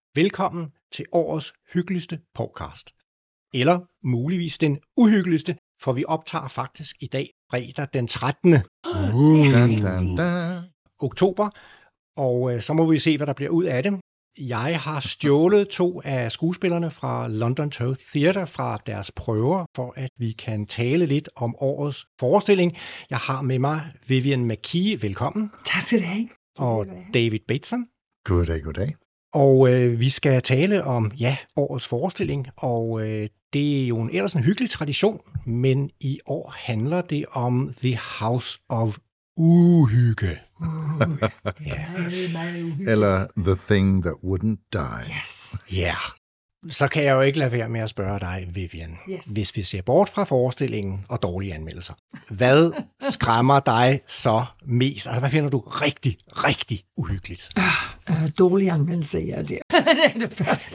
Velkommen til årets hyggeligste podcast. Eller muligvis den uhyggeligste, for vi optager faktisk i dag fredag den 13. oktober, og så må vi se, hvad der bliver ud af det. Jeg har stjålet 2 af skuespillerne fra London Toe Theatre fra deres prøver, for at vi kan tale lidt om årets forestilling. Jeg har med mig Vivian McKee, velkommen. Tak skal du have. Og David Bateson. Goddag. Og vi skal tale om, årets forestilling, og det er jo ellers en hyggelig tradition, men i år handler det om The House of Uhygge. Eller The Thing That Wouldn't Die. Yes. Ja, så kan jeg jo ikke lade være med at spørge dig, Vivian. Yes. Hvis vi ser bort fra forestillingen og dårlige anmeldelser, hvad skræmmer dig så mest? Altså, hvad finder du rigtig uhyggeligt? Dårlige anmeldelser, ja, det er det første.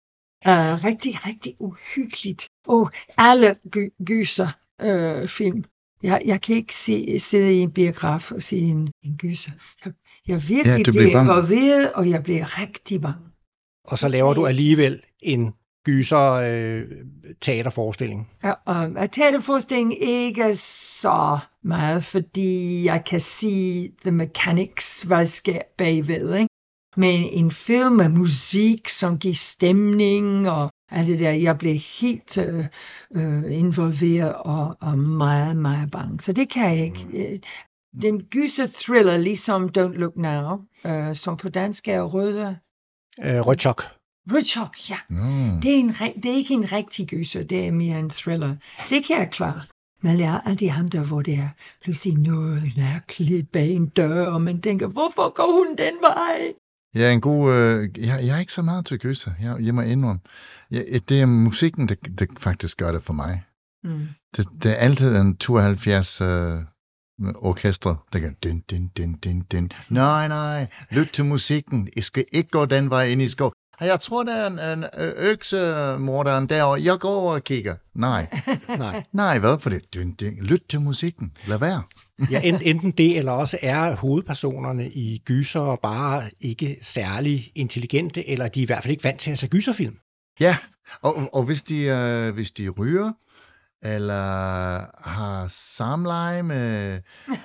Rigtig uhyggeligt. Alle gyser film. Jeg kan ikke sidde i en biograf og se en gyser. Jeg virkelig bliver involveret, og jeg bliver rigtig bange. Og så laver du alligevel en gyser teaterforestilling. Ja, teaterforestilling ikke så meget, fordi jeg kan sige the mechanics, hvad sker bagved, ikke? Men en film med musik, som giver stemning og alt det der, jeg bliver helt involveret og meget bange. Så det kan jeg ikke. Den gyser thriller, ligesom Don't Look Now, som på dansk er Rødt Chok. Rødt Chok, ja. Det er ikke en rigtig gyser, det er mere en thriller. Det kan jeg klare. Men jeg er alle de andre, hvor det er pludselig noget mærkeligt bag en dør, og man tænker, hvorfor går hun den vej? Ja, en god... jeg er ikke så meget til gyser, jeg må indrømme. Det er musikken, der faktisk gør det for mig. Det er altid en 72 orkestre, der kan din. Nej, lyt til musikken. I skal ikke gå den vej ind i skov. Jeg tror, der er en øksemorderen derovre. Jeg går over og kigger. Nej, hvad for det? Lyt til musikken. Lad være. Ja, enten det, eller også er hovedpersonerne i gyser bare ikke særlig intelligente, eller de er i hvert fald ikke vant til at se gyserfilm. Ja, og hvis de ryger, eller har samleje med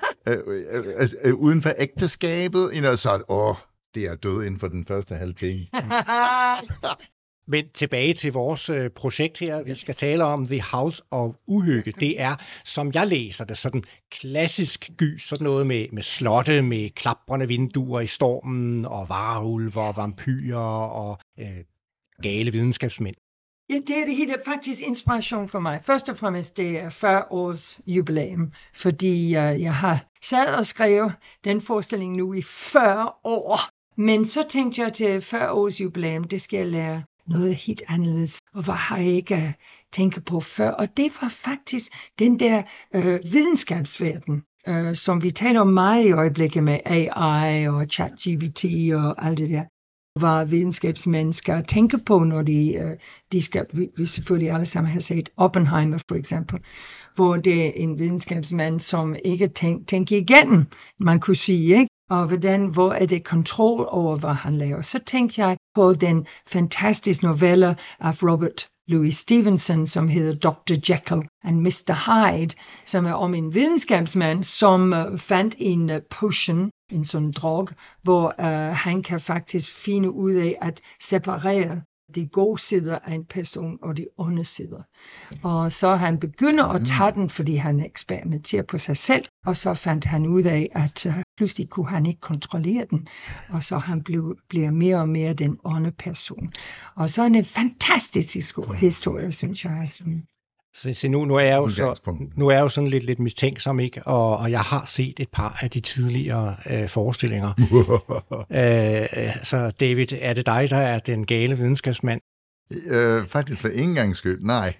uden for ægteskabet, så det er død inden for den første halve time. Men tilbage til vores projekt her. Vi skal tale om The House of Uhygge. Det er, som jeg læser det, sådan klassisk gys, sådan noget med slotte, med klaprende vinduer i stormen, og varulver, og vampyrer, og gale videnskabsmænd. Ja, det er det hele faktisk inspiration for mig. Først og fremmest, det er 40 års jubilæum, fordi jeg har sad og skrevet den forestilling nu i 40 år. Men så tænkte jeg til 40 års jubilæum, det skal jeg lære noget helt anderledes, og hvad har jeg ikke tænkt på før? Og det var faktisk den der videnskabsverden, som vi taler om meget i øjeblikket med AI og ChatGPT og alt det der. Hvad videnskabsmennesker tænker på, når de skal, vi selvfølgelig alle sammen har set Oppenheimer for eksempel, hvor det er en videnskabsmand, som ikke tænker igennem, man kunne sige, ikke? Og hvor er det kontrol over, hvad han laver. Så tænkte jeg på den fantastiske novelle af Robert Louis Stevenson, som hedder Dr. Jekyll and Mr. Hyde, som er om en videnskabsmand, som fandt en potion, en sådan drog, hvor han kan faktisk finde ud af at separere de gode sider af en person og de onde sider. Og så han begynder at tage den, fordi han eksperimenterer på sig selv, og så fandt han ud af, at pludselig kunne han ikke kontrollere den, og så han bliver mere og mere den onde person. Og så er det en fantastisk historie, synes jeg. Så nu er jeg jo sådan lidt mistænksom, ikke? Og jeg har set et par af de tidligere forestillinger. Så David, er det dig, der er den gale videnskabsmand? Faktisk for en gang skyld, nej.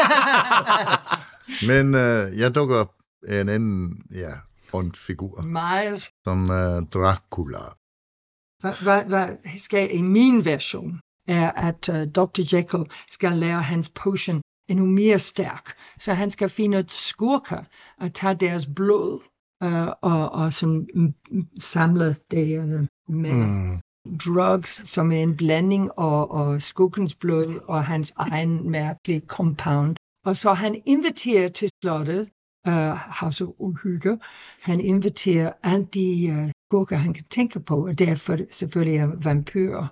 Men jeg dukker op en anden ond figur, som Dracula. Hvad skal i min version er, at Dr. Jekyll skal lære hans potion endnu mere stærk, så han skal finde skurker og tage deres blod og som samle det med. drugs, som er en blanding og skuggens blod og hans egen mærkelige compound. Og så han inviterer til slottet, House of Uhygge. Han inviterer alle de skurker, han kan tænke på, og derfor selvfølgelig er vampyrer,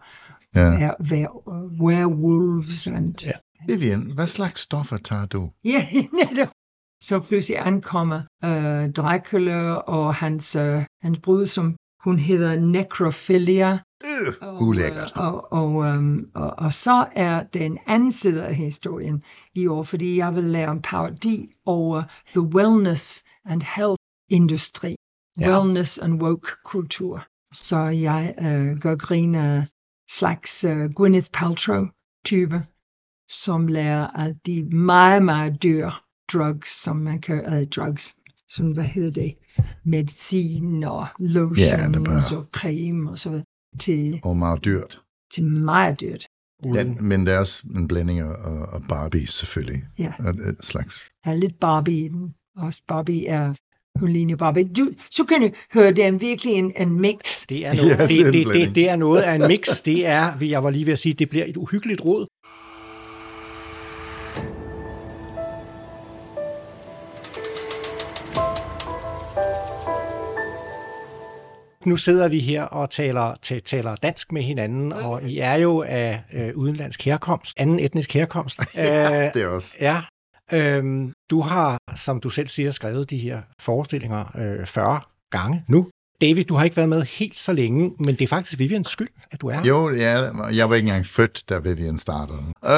werewolves. Ja. Vivian, hvad slags stoffer tager du? Ja, netop. Så pludselig ankommer Dracula og hans brud, som hun hedder Necrophilia. Ulækkert. Og så er den anden side af historien i år, fordi jeg vil lave en parodi over the wellness and health industry. Wellness and woke kultur. Så jeg gør grin af slags Gwyneth Paltrow-type, som lærer alle de meget, meget dyre drugs, som man kan drugs, som hvad hedder det, medicin og lotions og creme og så videre. Og meget dyrt. Til meget dyrt. Ja, men der er også en blanding af Barbie selvfølgelig. Ja. Et slags. Der er lidt Barbie i den. Også Barbie er hun ligner Barbie. Så kan du høre, det er virkelig en mix. Det er noget, det er noget af en mix. Det er, jeg var lige ved at sige, det bliver et uhyggeligt råd. Nu sidder vi her og taler dansk med hinanden, og I er jo af udenlandsk herkomst, anden etnisk herkomst. Ja, det er også. Ja. Du har, som du selv siger, skrevet de her forestillinger 40 gange nu. David, du har ikke været med helt så længe, men det er faktisk Vivians skyld, at du er her. Jo, jeg var ikke engang født, da Vivian startede.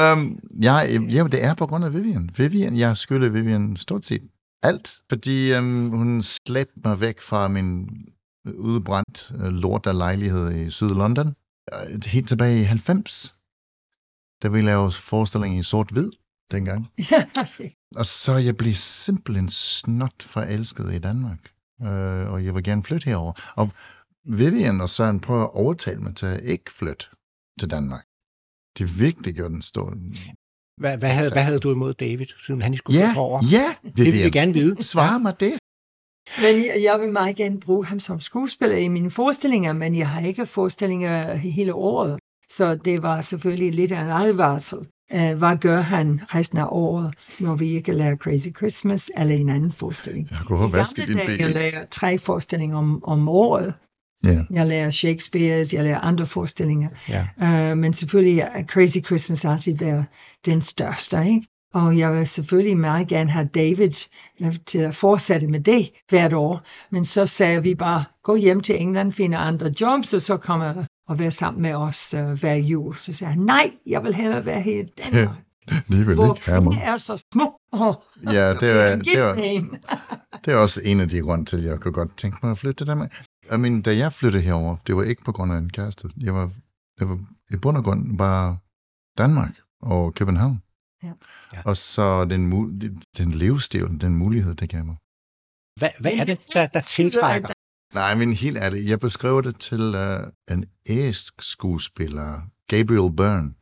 Det er på grund af Vivian. Jeg skylder Vivian stort set alt, fordi hun slæbte mig væk fra min udbrændt lort af lejlighed i Syd-London. Helt tilbage i 90, da vi lavede forestilling i sort-hvid dengang. Og så jeg blev simpelthen snot forelsket i Danmark. Og jeg vil gerne flytte herover. Og Vivian og Søren prøver at overtale mig til at ikke flytte til Danmark. Det er vigtigt, at den står. Hvad havde du imod David, siden han skulle flytte over? Ja, det vil jeg gerne vide. Svar mig det. Men jeg vil meget gerne bruge ham som skuespiller i mine forestillinger, men jeg har ikke forestillinger hele året. Så det var selvfølgelig lidt af en advarsel. Hvad gør han resten af året, når vi ikke laver Crazy Christmas eller en anden forestilling? Jeg laver 3 forestillinger om året. Yeah. Jeg laver Shakespeare's, jeg laver andre forestillinger. Yeah. Men selvfølgelig Crazy Christmas altid være den største, ikke? Og jeg vil selvfølgelig meget gerne have David til at fortsætte med det hvert år. Men så sagde vi bare, gå hjem til England, finde andre jobs, og så kommer og være sammen med os hver jul. Så sagde han, nej, jeg vil hellere være her i Danmark. Hvor penge er så små. Ja, det er også en af de grunde til, at jeg kunne godt tænke mig at flytte til Danmark. Da jeg flyttede herover, det var ikke på grund af en kæreste. Det var i bund og grund bare Danmark og København. Ja. Og så den levestil, den mulighed, det gav mig. Hvad er det, der tiltrækker? Nej, men helt ærligt, jeg beskrev det til en æsk skuespiller, Gabriel Byrne,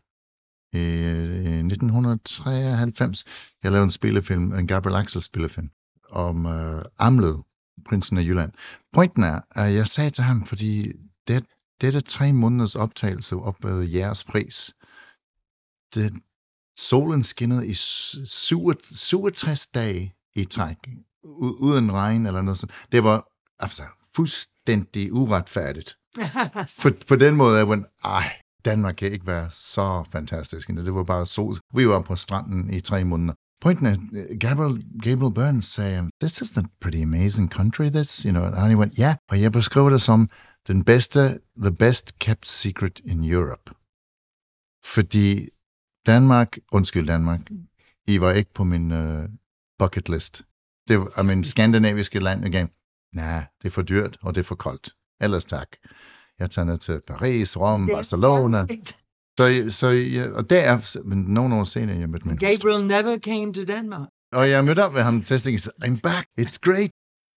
i 1993. Jeg lavede en spillefilm, en Gabriel Axel spillefilm, om Amlet, prinsen af Jylland. Pointen er, at jeg sagde til ham, fordi det er 3 måneders optagelse op ad jeres pris. Solen skinnede i 67 dage i træk, uden regn eller noget sådan. Det var altså fuldstændig uretfærdigt. På den måde, Danmark kan ikke være så fantastisk. Det var bare sol. Vi var på stranden i 3 måneder. Pointen er, Gabriel Byrne sagde, this is a pretty amazing country, this, you know. And he went, yeah. Og jeg beskrev det som the best kept secret in Europe. Fordi Danmark, I var ikke på min bucket list. Det var skandinaviske land igen. Nej, det er for dyrt, og det er for koldt. Ellers tak. Jeg tager ned til Paris, Rom, Barcelona. Og nogle år senere, jeg mødte min Gabriel never came to Denmark. Og jeg mødte op med ham, testing, I'm back, it's great.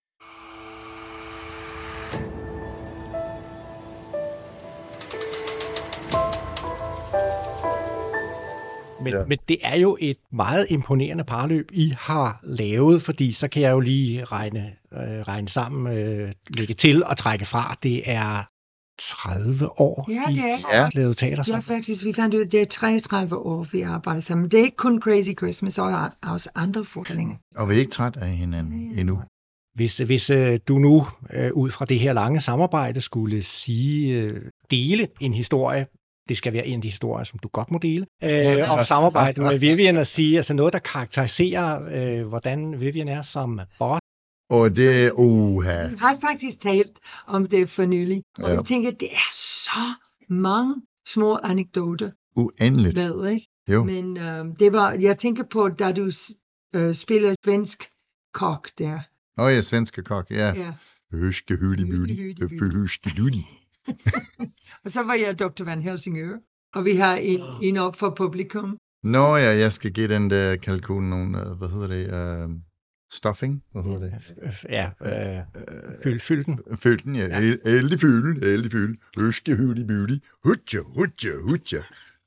Men det er jo et meget imponerende parløb, I har lavet, fordi så kan jeg jo lige regne sammen, lægge til og trække fra. Det er 30 år, Ja, det er. I har lavet teater Ja, sammen. faktisk, vi fandt ud af, at det er 33 år, vi arbejder sammen. Det er ikke kun Crazy Christmas, og også andre forestillinger. Og vi er ikke træt af hinanden endnu. Hvis du nu ud fra det her lange samarbejde skulle dele en historie, det skal være en af de historier, som du godt må dele, om samarbejde med Vivian, og sige altså noget, der karakteriserer, hvordan Vivian er som boss. Og det er Vi har faktisk talt om det for nylig, og vi tænker, at det er så mange små anekdoter. Uendeligt. Med, ikke? Jo. Men det var, jeg tænker på, da du spiller svensk kok der. Ja, svenske kok, ja. Høske hydi. Og så var jeg Dr. Van Helsingør, og vi har en op for publikum. Nå ja, jeg skal give den der kalkun nogle, hvad hedder det, stuffing, hvad hedder det? Ja, fyld den. Fyld den, ja. Ældig fyld. Høske hydi. Hutja.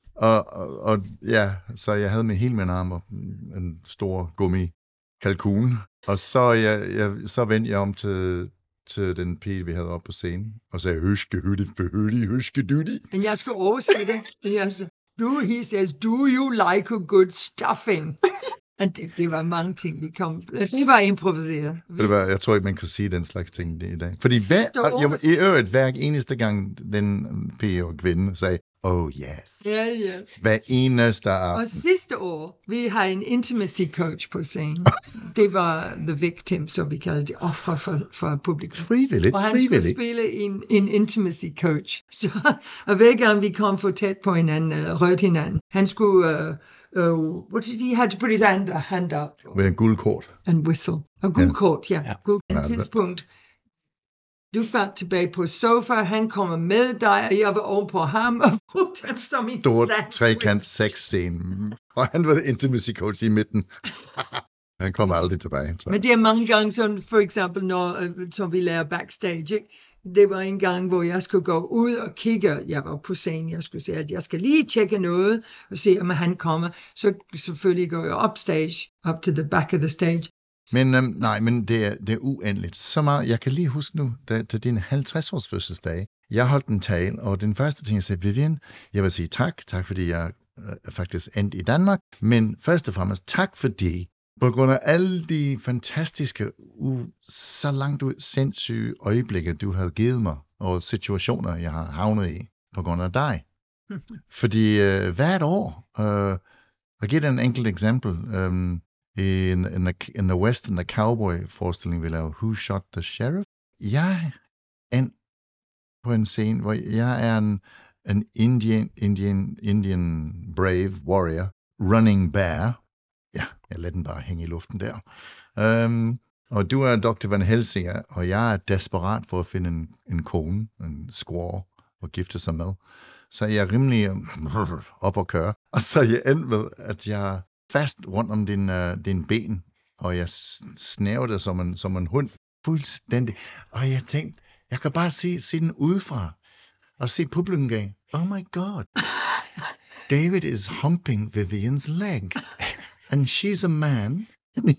Og ja, så jeg havde med hele min arm og en stor gummi kalkun, og så vendte jeg om til den pige, vi havde oppe på scenen, og sagde, høske dydi. Men jeg skulle oversætte det. He says, do you like a good stuffing? Og det var mange ting, vi kom. Det var improviseret. Jeg tror ikke, man kunne sige den slags ting i dag. Fordi hver eneste gang, den pige og kvinde sagde, oh yes. Ja. Hver eneste aften. Og sidste år, vi har en intimacy coach på scenen. Det var The Victim, så vi kalder det offer for publikum. Frivilligt. Og han skulle spille en intimacy coach. Så, og hver gang vi kom for tæt på hinanden, eller rørte hinanden, han skulle... what did he have to put his hand up? Med en guldkort. And whistle. Og guldkort, ja. På et tidspunkt, du faldt tilbage på sofa, han kommer med dig, og jeg var over på ham, og brugte som en stort trekant sexscene. Og han var intimacy coach i midten. Han kommer aldrig tilbage. Så. Men det er mange gange, som for eksempel, som vi lærer backstage, ikke? Det var en gang, hvor jeg skulle gå ud og kigge. Jeg var på scenen, jeg skulle sige, at jeg skal lige tjekke noget, og se, om han kommer. Så selvfølgelig går jeg up to the back of the stage. Men det er uendeligt. Så meget, jeg kan lige huske nu, til din 50-års fødselsdag, jeg holdt en tale, og den første ting, jeg sagde, Vivian, jeg vil sige tak fordi jeg er faktisk endt i Danmark, men først og fremmest tak fordi, på grund af alle de fantastiske, så langt ud sindssyge øjeblikke, du havde givet mig, og situationer, jeg har havnet i, på grund af dig. Fordi hvert år, jeg giver dig en enkelt eksempel, in the West, in the Cowboy-forestilling, vi lavede Who Shot the Sheriff? Jeg er på en scene, hvor jeg er en Indian brave warrior, running bear. Ja, jeg lader den bare hænge i luften der. Og du er Dr. Van Helsingør, og jeg er desperat for at finde en kone, en squaw, og gifte sig med. Så jeg er rimelig op og køre. Og så jeg endte med, at jeg fast rundt om din ben, og jeg snævede som en hund fuldstændig. Og jeg tænkte, jeg kan bare se den udefra, og se publikum gang. Oh my God. David is humping Vivian's leg. And she's a man. And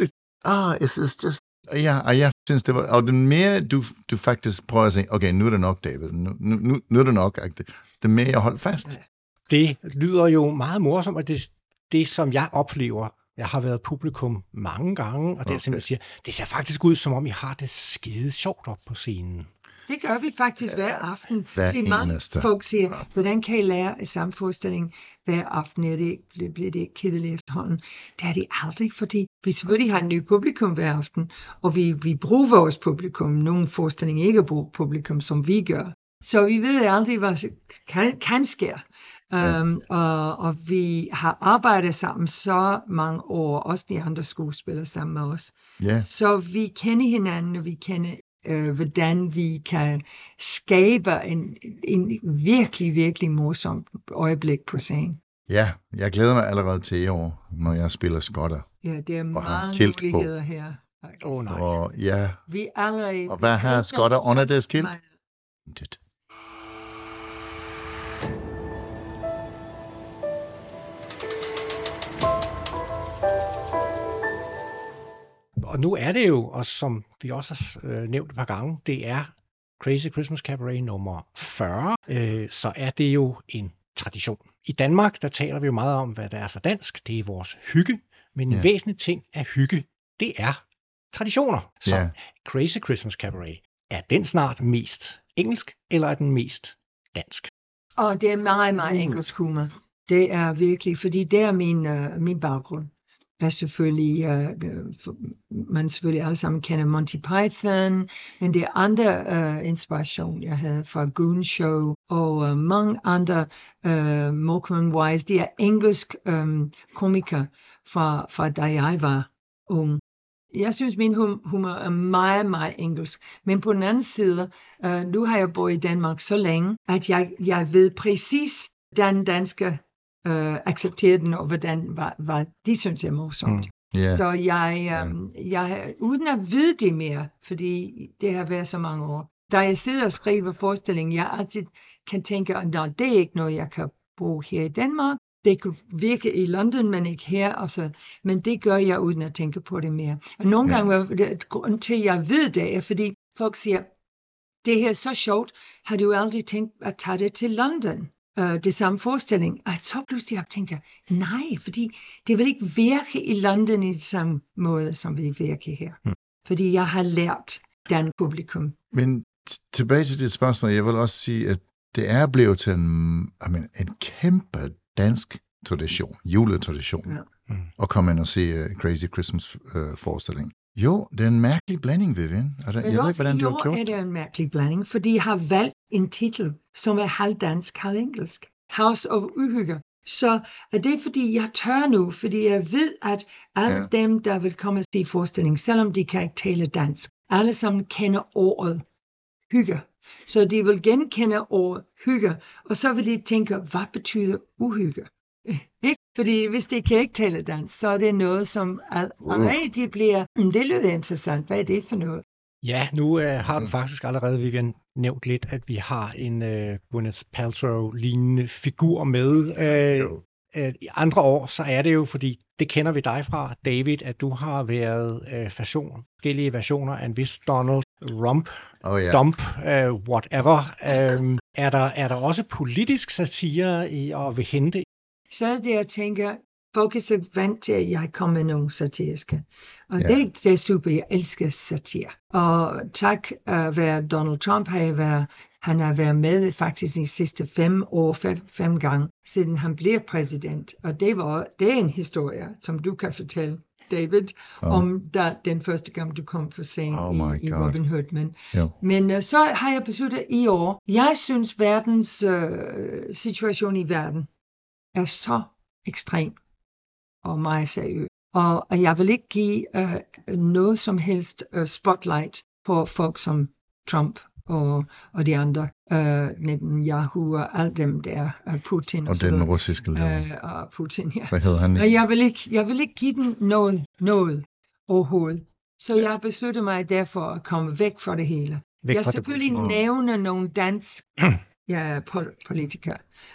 it's just... Ja, og jeg synes, det var... Og den mere du faktisk prøver at sige, okay, nu er det nok, David. Nu er det nok. Det mere jeg holdt fast. Det lyder jo meget morsomt, og det som jeg oplever, jeg har været publikum mange gange, og det er simpelthen siger, det ser faktisk ud, som om I har det skide sjovt op på scenen. Det gør vi faktisk hver aften. Hver mange folk siger, hvordan kan I lære af samme forestilling hver aften? Bliver det ikke kedeligt efterhånden? Det er det aldrig, fordi vi selvfølgelig har en ny publikum hver aften, og vi bruger vores publikum. Nogle forestillinger ikke bruger publikum, som vi gør. Så vi ved aldrig, hvad kan ske. Og vi har arbejdet sammen så mange år, også de andre skuespillere sammen med os. Yeah. Så vi kender hinanden, og vi kender hvordan vi kan skabe en virkelig, virkelig morsom øjeblik på scenen. Ja, jeg glæder mig allerede til i år, når jeg spiller skotter. Ja, det er mange muligheder her. Nej. Og ja, vi allerede, og hvad har skotter under deres kilt? Intet. Og nu er det jo, og som vi også har nævnt et par gange, det er Crazy Christmas Cabaret nummer 40, så er det jo en tradition. I Danmark, der taler vi jo meget om, hvad der er så dansk. Det er vores hygge, men en væsentlig ting af hygge, det er traditioner. Så Crazy Christmas Cabaret, er den snart mest engelsk, eller er den mest dansk? Og det er meget, meget engelsk humor. Det er virkelig, fordi det er min baggrund. Er selvfølgelig, man selvfølgelig alle sammen kender Monty Python, men det er andre inspiration, jeg havde fra Goon Show, og mange andre, Morecambe & Wise, det er engelsk komikere fra da jeg var ung. Jeg synes, min humor er meget, meget engelsk. Men på den anden side, nu har jeg boet i Danmark så længe, at jeg ved præcis, hvordan danske accepterer den, og hvordan hvad de synes er morsomt. Så jeg uden at vide det mere, fordi det har været så mange år, da jeg sidder og skriver forestillingen, jeg altid kan tænke, at det er ikke noget, jeg kan bruge her i Danmark. Det kunne virke i London, men ikke her. Og så, men det gør jeg uden at tænke på det mere. Og nogle gange, grunden til, at jeg ved det, er, fordi folk siger, det her er så sjovt, har du aldrig tænkt at tage det til London? Det samme forestilling. Og så pludselig jeg tænker, nej, fordi det vil ikke virke i London i samme måde, som vi virker her. Fordi jeg har lært den publikum. Men tilbage til det spørgsmål, jeg vil også sige, at det er blevet til en kæmpe dansk tradition, juletradition, at komme ind og se Crazy Christmas forestilling. Jo, det er en mærkelig blanding, Vivian. Jeg ved ikke, hvordan du har gjort. Jo, det er en mærkelig blanding, fordi jeg har valgt en titel, som er halvdansk, halvengelsk. House of Uhygge. Så er det, fordi jeg tør nu, fordi jeg ved, at alle dem, der vil komme og se forestillingen, selvom de kan ikke tale dansk, alle sammen kender ordet hygge. Så de vil genkende ordet hygge, og så vil de tænke, hvad betyder uhygge? Ikke? Fordi hvis de kan ikke tale dansk, så er det noget, som de bliver, det lyder interessant, hvad er det for noget? Ja, nu har du faktisk allerede, Vivian, nævnt lidt, at vi har en Gwyneth Paltrow-lignende figur med. I andre år, så er det jo, fordi det kender vi dig fra, David, at du har været forskellige versioner af en vis Donald Rump, Dump, whatever. Er der også politisk satire i at vil hente? Så er det, jeg tænker, folk er så vant til, at jeg kommer med nogle satiriske. Og det er super, jeg elsker satire. Og tak at være Donald Trump, han har været med faktisk de sidste 5 år, 5 gange, siden han blev præsident. Og det er en historie, som du kan fortælle, David, om den første gang, du kom for scenen i Robin Hood. Men så har jeg besluttet i år, jeg synes verdens situation i verden er så ekstrem og meget seriøs. Og jeg vil ikke give noget som helst spotlight på folk som Trump og de andre, Netanyahu og alle dem der, Putin og den russiske leder. Og Putin, ja. Hvad hedder han? Og jeg vil ikke give den noget overhovedet. Så jeg har besluttet mig derfor at komme væk fra det hele. Jeg selvfølgelig nævner nogle dansk politikere,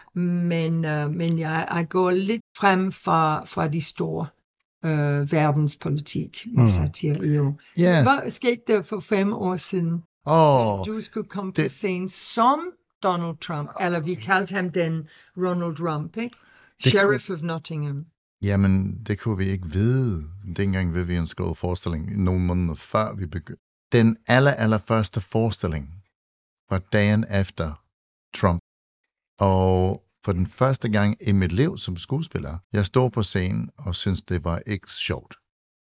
men jeg går lidt frem fra de store verdenspolitik med satire i år. Hvad skete der for 5 år siden? Du skulle komme på scenen som Donald Trump, eller vi kaldte ham den Ronald Rump, ikke? Sheriff of Nottingham. Jamen, det kunne vi ikke vide, dengang Vivian skrev forestillingen nogle måneder før vi begyndte. Den allerførste forestilling var dagen efter Trump. Og for den første gang i mit liv som skuespiller, jeg stod på scenen og syntes, det var ikke sjovt.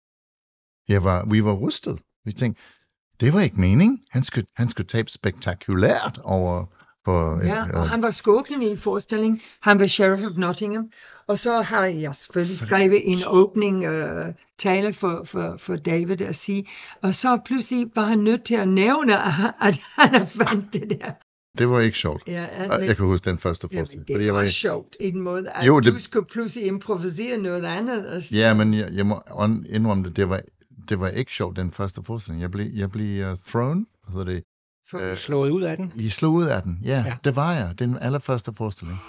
Vi var rystet. Vi tænkte, det var ikke mening. Han skulle tabe spektakulært over på... og han var skurken i forestillingen. Han var Sheriff of Nottingham. Og så har jeg selvfølgelig skrevet en åbning tale for David at sige. Og så pludselig var han nødt til at nævne, at han har fandt det der. Det var ikke sjovt. Jeg kan huske den første forestilling. Det var sjovt i en måde, at du skulle pludselig improvisere noget andet. Ja, men jeg må indrømme det. Det var ikke sjovt, den første forestilling. Jeg blev thrown. Hvad hedder det? Slået ud af den? I slog ud af den, ja. Det var jeg. Den allerførste forestilling.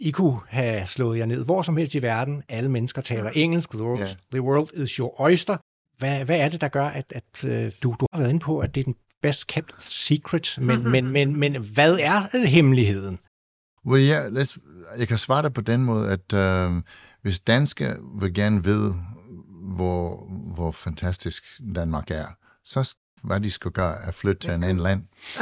I kunne have slået jer ned hvor som helst i verden. Alle mennesker taler engelsk. The world is your oyster. Hvad er det, der gør, at du har været inde på, at det er den best kept secret, men hvad er hemmeligheden? Well, jeg kan svare dig på den måde, at hvis danskere vil gerne vide, hvor fantastisk Danmark er, så hvad de skal gøre er at flytte til en anden land.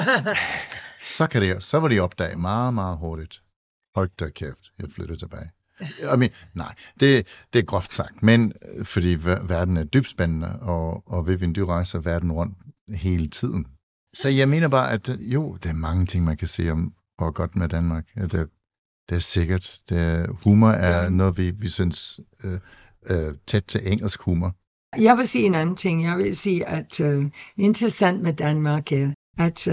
Så vil de opdage meget, meget hurtigt. Hold da kæft, jeg flytter tilbage. Nej, det er groft sagt, men fordi verden er dybt spændende, og Vivian, du rejser verden rundt hele tiden. Så jeg mener bare, at jo, der er mange ting, man kan se om, hvor godt med Danmark. Det er sikkert. Humor er noget, vi synes tæt til engelsk humor. Jeg vil sige en anden ting. Jeg vil sige, at interessant med Danmark er, at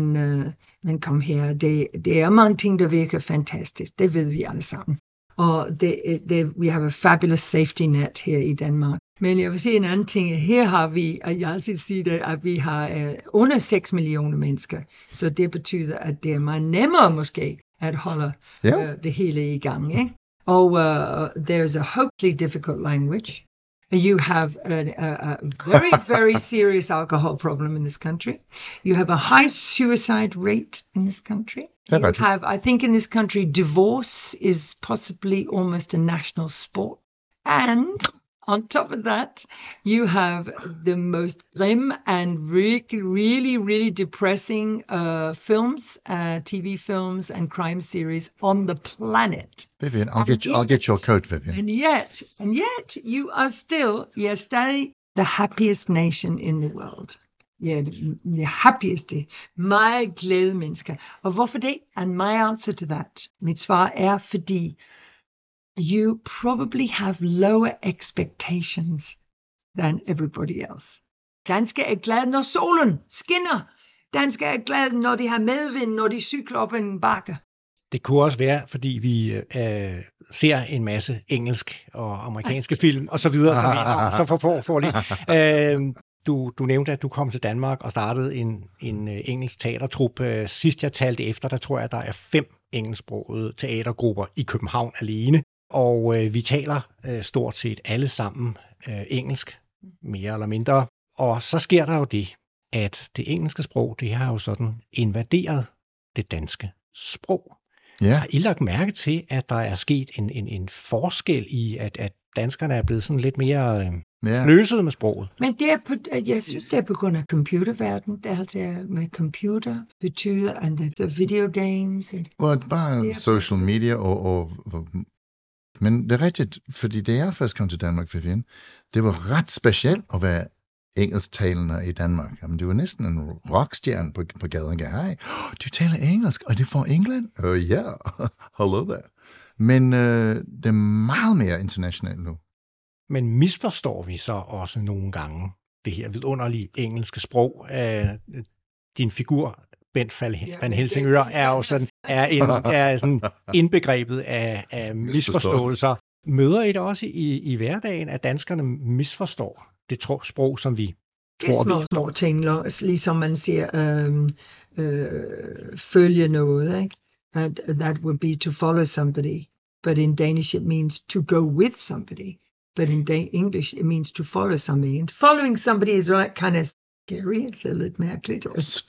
man kommer her. Det er mange ting, der virker fantastisk. Det ved vi alle sammen. Og we have a fabulous safety net her i Danmark. Men jeg vil sige en anden ting. Her har vi, og jeg altid siger det, at vi har under 6 millioner mennesker. Så det betyder, at det er meget nemmere måske at holde det hele i gang. Ikke? Og there's a hopefully difficult language. You have a very, very serious alcohol problem in this country. You have a high suicide rate in this country. You have, I think in this country, divorce is possibly almost a national sport. And on top of that, you have the most grim and really, really depressing films, TV films and crime series on the planet. Vivian, I'll get your coat, Vivian. And yet, you are still, stadig the happiest nation in the world. Yeah, the happiest, meget glade mennesker. Og hvorfor det? And my answer to that, mit svar er fordi you probably have lower expectations than everybody else. Danskere er glade, når solen skinner. Danskere er glade, når de har medvind, når de cykler op en bakke. Det kunne også være, fordi vi ser en masse engelsk og amerikanske film og så videre, så får lige. Du nævnte, at du kom til Danmark og startede en engelsk teatertrup. Sidst jeg talte efter, der tror jeg, at der er 5 engelsksprogede teatergrupper i København alene. Og vi taler stort set alle sammen engelsk, mere eller mindre. Og så sker der jo det, at det engelske sprog, det har jo sådan invaderet det danske sprog. Yeah. Har I lagt mærke til, at der er sket en forskel i, at danskerne er blevet sådan lidt mere løsede med sproget? Men det er jeg synes, det er på grund af computerverdenen. Det er med computer betyder, and the video games. Bare social media men det er rigtigt, fordi det jeg først kom til Danmark, Vivian, det var ret specielt at være engelsktalende i Danmark. Jamen, det var næsten en rockstjerne på gaden. Hej, du taler engelsk, og det er fra England? Ja, hello there. Men det er meget mere internationalt nu. Men misforstår vi så også nogle gange det her vidunderlige engelske sprog? Din figur, Bent van Helsingør, er jo sådan, er sådan indbegrebet af misforståelser. Møder I det også i hverdagen, at danskerne misforstår det sprog, som vi tror, vi små ting, ligesom man siger, følge noget, ikke? That would be to follow somebody, but in Danish it means to go with somebody, but in English it means to follow somebody, and following somebody is kind of scary, det er lidt mærkeligt.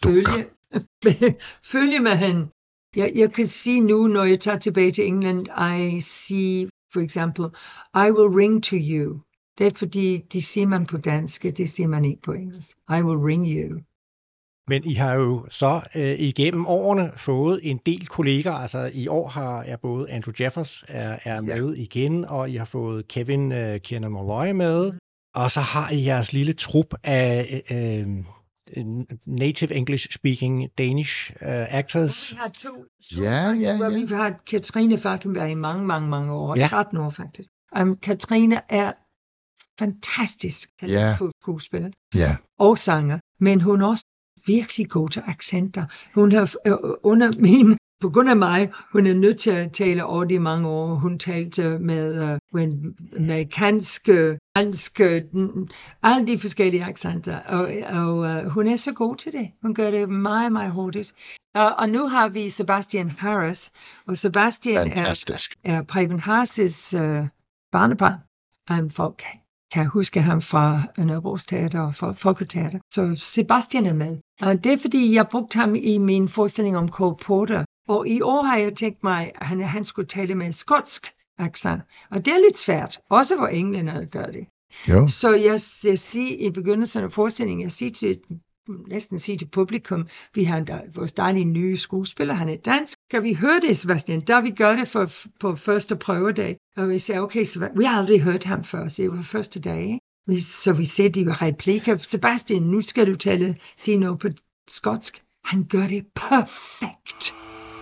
Følge med hende. Jeg kan sige nu, når jeg tager tilbage til England, I see, for example, I will ring to you. Det er fordi, det siger man på dansk, det siger man ikke på engelsk. I will ring you. Men I har jo så igennem årene fået en del kolleger. Altså i år er både Andrew Jeffers er med igen, og I har fået Kevin Kiernan Molloy med. Og så har I jeres lille trup af native English-speaking Danish actors. Vi har 2. Vi har Katrine Falkenberg i mange år. 13 år faktisk. Katrine er fantastisk skuespiller og sanger, men hun er også virkelig god til accenter. Hun har på grund af mig, hun er nødt til at tale over de mange år. Hun talte med amerikanske, danske, alle de forskellige accenter, og hun er så god til det. Hun gør det meget, meget hurtigt. Og nu har vi Sebastian Harris, og Sebastian er Preben Harris' barnebarn. Folk kan huske ham fra Nørrebros Teater og fra Folketeater. Så Sebastian er med. Og det er fordi, jeg brugte ham i min forestilling om Cole Porter. Og i år har jeg tænkt mig, at han skulle tale med skotsk accent. Og det er lidt svært, også hvor englænderne gør det. Jo. Så jeg siger i begyndelsen af forestillingen, næsten sige til publikum, vi har vores dejlige nye skuespiller, han er dansk. Kan vi høre det, Sebastian? Da vi gør det på første prøvedag, og vi siger, okay, vi har aldrig hørt ham før, så det var første dag. Så vi ser de replikker. Sebastian, nu skal du sige noget på skotsk. Han gør det perfekt.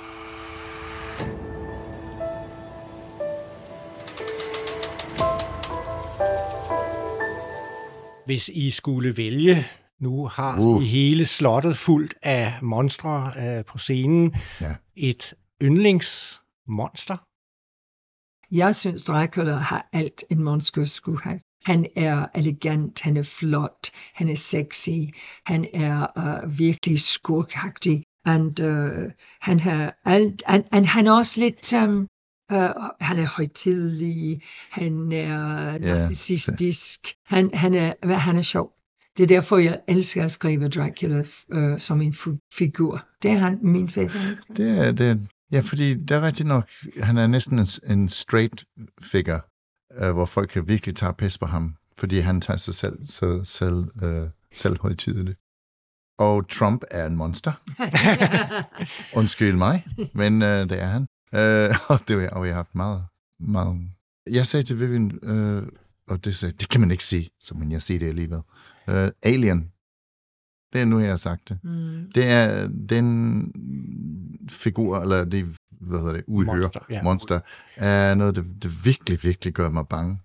Hvis I skulle vælge, nu har I hele slottet fuldt af monstre på scenen. Ja. Et yndlingsmonster? Jeg synes, Dracula har alt en monster skulle have. Han er elegant, han er flot, han er sexy, han er virkelig skurkagtig, og han har alt, han er også lidt, han er højtidelig, han er narcissistisk, han er sjov. Det er derfor, jeg elsker at skrive Dracula som en figur. Det er min favorit. Ja, fordi det er rigtigt nok, han er næsten en straight figure, hvor folk kan virkelig tage pis på ham, fordi han tager sig selv højtideligt. Og Trump er en monster. Undskyld mig, men det er han. Og jeg har haft meget. Jeg sagde til Vivian, og det kan man ikke sige, så men jeg siger det alligevel. Alien. Det er nu, jeg har sagt det. Det er den figur, eller det, monster, er noget, det virkelig, virkelig gør mig bange,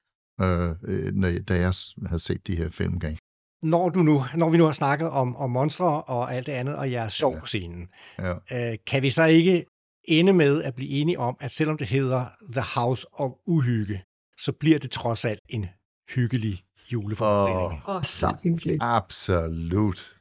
da jeg havde set de her film gang. Når vi nu har snakket om monstre og alt det andet, og jeg sov på scenen, kan vi så ikke ende med at blive enige om, at selvom det hedder The House of Uhygge, så bliver det trods alt en hyggelig juleforestilling. Så hyggeligt. Absolut.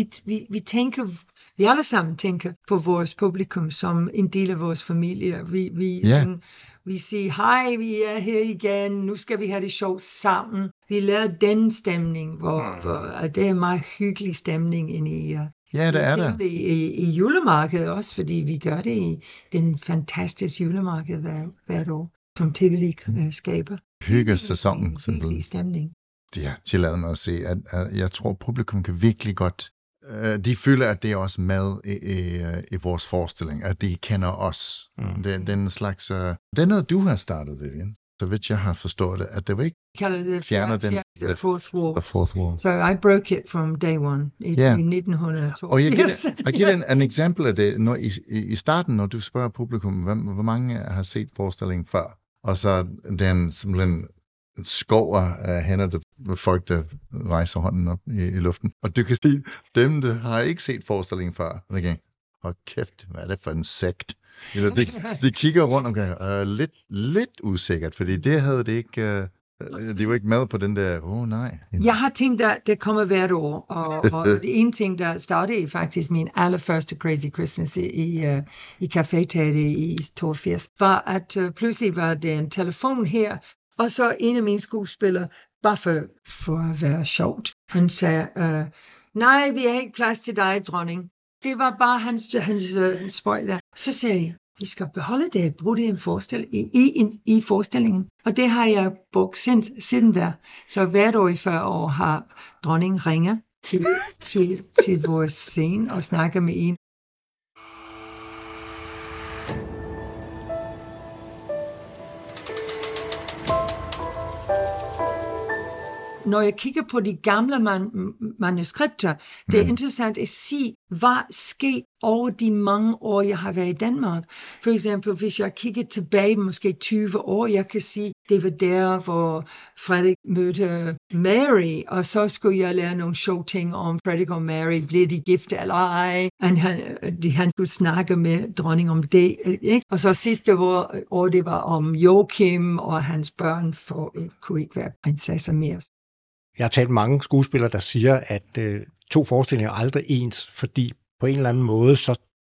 Vi alle sammen tænker på vores publikum som en del af vores familie. Vi siger, hej, vi er her igen, nu skal vi have det sjovt sammen. Vi lærer den stemning, hvor det er en meget hyggelig stemning inde i. Ja, det er der. I julemarkedet også, fordi vi gør det i den fantastiske julemarked hvert år, som Tivoli skaber. Hyggesæsonen. Hyggelig stemning. Ja, tillad mig at se, at jeg tror, publikum kan virkelig godt, de føler, at det er også med i vores forestilling, at de kender os. Det er en slags, det er noget, du har startet, Vivian. Så vidt jeg har forstået det, at det var ikke fjerner den the fourth wall. The fourth wall. So I broke it from day one i 1982. Og jeg giver en eksempel af det, når i starten, når du spørger publikum, hvor mange har set forestillingen før, og så den simpelthen skov af hænder, folk, der rejser hånden op i luften. Og du kan se, dem, der har ikke set forestillingen før, hold kæft, hvad er det for en sekt? De kigger rundt omkring, lidt usikkert, fordi det havde det ikke, de var ikke med på den der, nej. Jeg har tænkt, at det kommer hvert år, og det ene ting, der startede faktisk min allerførste Crazy Christmas i Café Teater i 82, var, at pludselig var det en telefon her, og så en af mine skuespillere, bare for at være sjovt, han sagde, nej, vi har ikke plads til dig, dronning. Det var bare hans spøj der. Så sagde jeg, vi skal beholde det, bruge det i forestillingen. Og det har jeg brugt siden der. Så hvert år i 40 år har dronningen ringer til vores scene og snakker med en. Når jeg kigger på de gamle manuskripter, det er interessant at se, hvad skete over de mange år, jeg har været i Danmark. For eksempel, hvis jeg kigger tilbage, måske 20 år, jeg kan sige, det var der, hvor Frederik mødte Mary, og så skulle jeg lære nogle sjove ting om Frederik og Mary, blev de gift eller ej, og han skulle snakke med dronning om det, ikke? Og så sidste år, det var om Joachim og hans børn, kunne ikke være prinsesser mere. Jeg har talt mange skuespillere, der siger, at to forestillinger er aldrig ens, fordi på en eller anden måde, så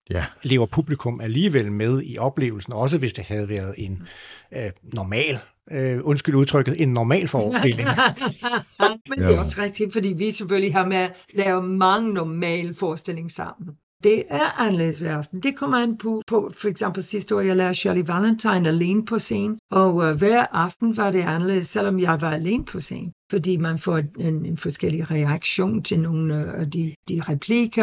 lever publikum alligevel med i oplevelsen, også hvis det havde været en normal, undskyld udtrykket, en normal forestilling. Men det er også rigtigt, fordi vi selvfølgelig har med at lave mange normale forestillinger sammen. Det er anderledes hver aften. Det kommer an på for eksempel sidste år, jeg lavede Shirley Valentine alene på scenen, og hver aften var det anderledes, selvom jeg var alene på scenen. Fordi man får en forskellig reaktion til nogle af de replikker,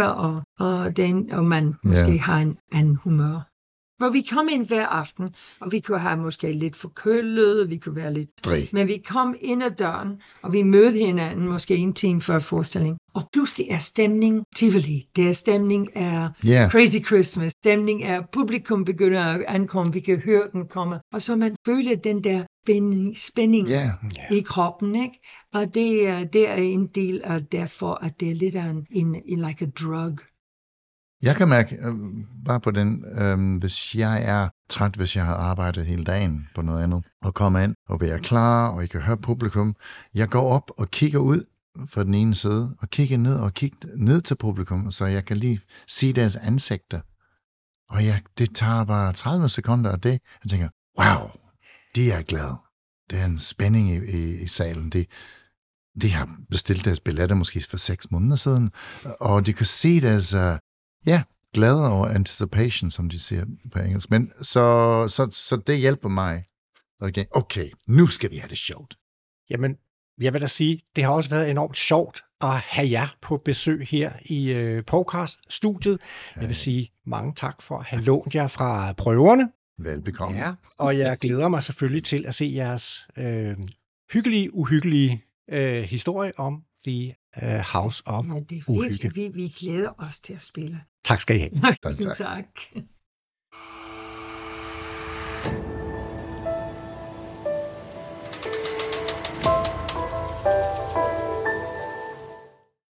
og man måske har en anden humør. Hvor vi kom ind hver aften, og vi kunne have måske lidt forkølet, vi kunne være lidt... Men vi kom ind ad døren, og vi mødte hinanden måske en time før forestilling. Og pludselig er stemning Tivoli. Det er stemning af Crazy Christmas. Stemning af publikum begynder at ankomme, vi kan høre den komme. Og så man føler den der spænding i kroppen, ikke? Og det er en del af derfor, at det er lidt af en like a drug. Jeg kan mærke, bare på den, hvis jeg er træt, hvis jeg har arbejdet hele dagen på noget andet, og kommer ind og være klar, og I kan høre publikum, jeg går op og kigger ud fra den ene side, og kigger ned til publikum, så jeg kan lige se deres ansigter. Og det tager bare 30 sekunder af det, jeg tænker, wow, de er glade. Der er en spænding i salen. De har bestilt deres billetter måske for 6 måneder siden, og de kan se deres... glæder og anticipation, som de siger på engelsk. Men så det hjælper mig. Okay, nu skal vi have det sjovt. Jamen, jeg vil da sige, det har også været enormt sjovt at have jer på besøg her i podcast-studiet. Jeg vil sige mange tak for at have lånt jer fra prøverne. Velbekomme. Ja, og jeg glæder mig selvfølgelig til at se jeres uhyggelige historie om The House of Uhygge. Vi glæder os til at spille. Tak skal I have. Tak.